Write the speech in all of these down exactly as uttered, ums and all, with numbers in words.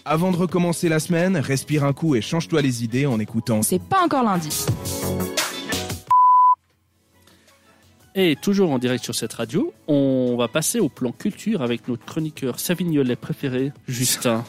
Avant de recommencer la semaine, respire un coup et change-toi les idées en écoutant. C'est pas encore lundi. Et toujours en direct sur cette radio, on va passer au plan culture avec notre chroniqueur savignolet préféré, Justin.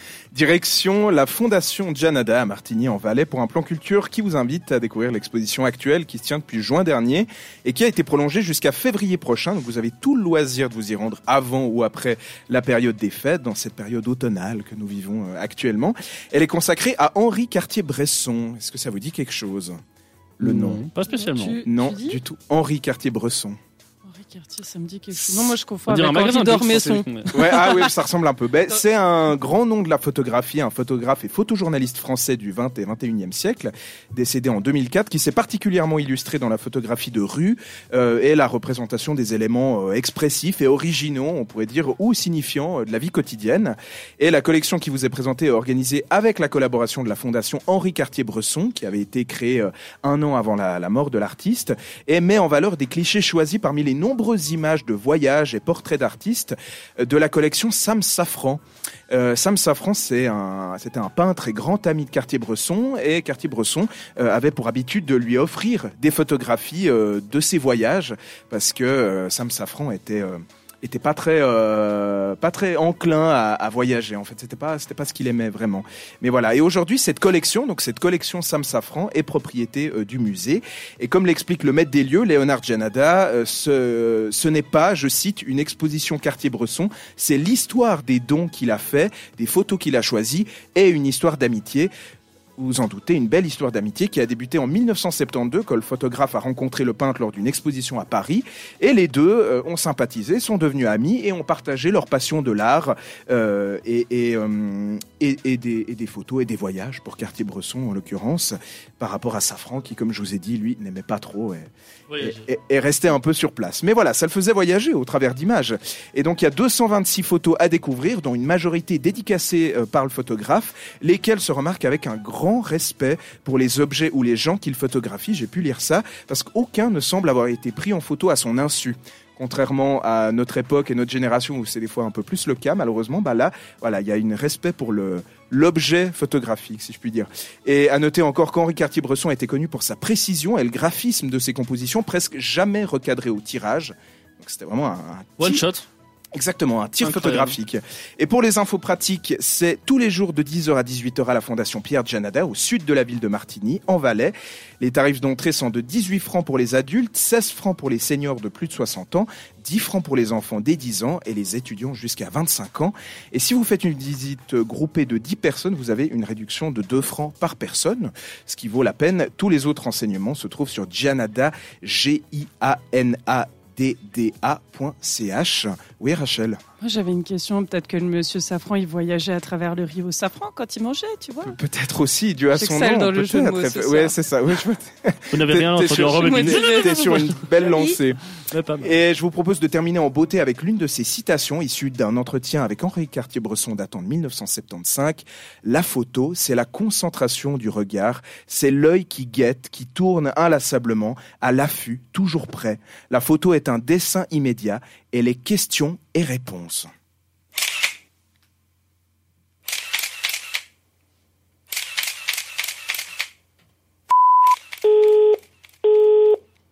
Direction la Fondation Gianada à Martigny-en-Valais pour un plan culture qui vous invite à découvrir l'exposition actuelle qui se tient depuis juin dernier et qui a été prolongée jusqu'à février prochain. Donc vous avez tout le loisir de vous y rendre avant ou après la période des fêtes, dans cette période automnale que nous vivons actuellement. Elle est consacrée à Henri Cartier-Bresson. Est-ce que ça vous dit quelque chose ? Le nom. Non, pas spécialement. Tu, non, tu dis du tout. Henri Cartier-Bresson. Henri Cartier, ça me dit quelque chose. Non, moi je confonds On dirait avec un magasin Henri de luxe, d'Ormesson. c'est- Ouais, ah oui, ça ressemble un peu. Ben, c'est un grand nom de la photographie, un photographe et photojournaliste français du vingtième et vingt et unième siècle, décédé en deux mille quatre, qui s'est particulièrement illustré dans la photographie de rue euh, et la représentation des éléments euh, expressifs et originaux, on pourrait dire, ou signifiants euh, de la vie quotidienne. Et la collection qui vous est présentée est organisée avec la collaboration de la Fondation Henri Cartier-Bresson, qui avait été créée euh, un an avant la, la mort de l'artiste, et met en valeur des clichés choisis parmi les nombreuses images de voyages et portraits d'artistes de la collection Sam Safran. Euh, Sam Safran, c'est un, c'était un peintre et grand ami de Cartier-Bresson, et Cartier-Bresson euh, avait pour habitude de lui offrir des photographies euh, de ses voyages, parce que euh, Sam Safran était... Euh, était pas très euh, pas très enclin à, à voyager, en fait. C'était pas c'était pas ce qu'il aimait vraiment. Mais voilà. Et aujourd'hui, cette collection, donc cette collection Sam Safran, est propriété euh, du musée. Et comme l'explique le maître des lieux, Léonard Gianada, euh, ce ce n'est pas, je cite, une exposition Cartier-Bresson. C'est l'histoire des dons qu'il a fait, des photos qu'il a choisies, et une histoire d'amitié. Vous vous en doutez, une belle histoire d'amitié qui a débuté en mille neuf cent soixante-douze quand le photographe a rencontré le peintre lors d'une exposition à Paris. Et les deux euh, ont sympathisé, sont devenus amis et ont partagé leur passion de l'art euh, et, et, euh, et, et, des, et des photos et des voyages pour Cartier-Bresson en l'occurrence, par rapport à Safran qui, comme je vous ai dit, lui n'aimait pas trop et, et, et, et restait un peu sur place. Mais voilà, ça le faisait voyager au travers d'images. Et donc il y a deux cent vingt-six photos à découvrir, dont une majorité dédicacées euh, par le photographe, lesquelles se remarquent avec un grand respect pour les objets ou les gens qu'il photographie. J'ai pu lire ça parce qu'aucun ne semble avoir été pris en photo à son insu. Contrairement à notre époque et notre génération où c'est des fois un peu plus le cas, malheureusement, bah là, voilà, il y a un respect pour le, l'objet photographique, si je puis dire. Et à noter encore qu'Henri Cartier-Bresson a été connu pour sa précision et le graphisme de ses compositions, presque jamais recadrées au tirage. Donc c'était vraiment un, un One tir- shot. Exactement, un tir Incroyable. photographique. Et pour les infos pratiques, c'est tous les jours de dix heures à dix-huit heures à la Fondation Pierre Gianada, au sud de la ville de Martigny, en Valais. Les tarifs d'entrée sont de dix-huit francs pour les adultes, seize francs pour les seniors de plus de soixante ans, dix francs pour les enfants dès dix ans et les étudiants jusqu'à vingt-cinq ans. Et si vous faites une visite groupée de dix personnes, vous avez une réduction de deux francs par personne, ce qui vaut la peine. Tous les autres renseignements se trouvent sur Gianada, G I A N A D D A point C H. Oui, Rachel. Moi j'avais une question, peut-être que le monsieur Safran il voyageait à travers le riz au safran quand il mangeait, tu vois. Pe- Peut-être aussi, dû à son J'excelle nom. dans le jeu de mots peut-être. ce Ouais, soir. c'est ça. Ouais, je vois. Vous n'avez T'es- rien t'es entendu sur- en rebelle. Moi, T'es sur une belle lancée. Mais pas mal. Et je vous propose de terminer en beauté avec l'une de ces citations issues d'un entretien avec Henri Cartier-Bresson datant de mille neuf cent soixante-quinze. La photo, c'est la concentration du regard, c'est l'œil qui guette, qui tourne inlassablement, à l'affût, toujours prêt. La photo est un dessin immédiat et les questions et réponses.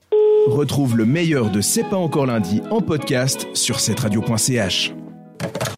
Retrouve le meilleur de C'est pas encore lundi en podcast sur cette radio point c h.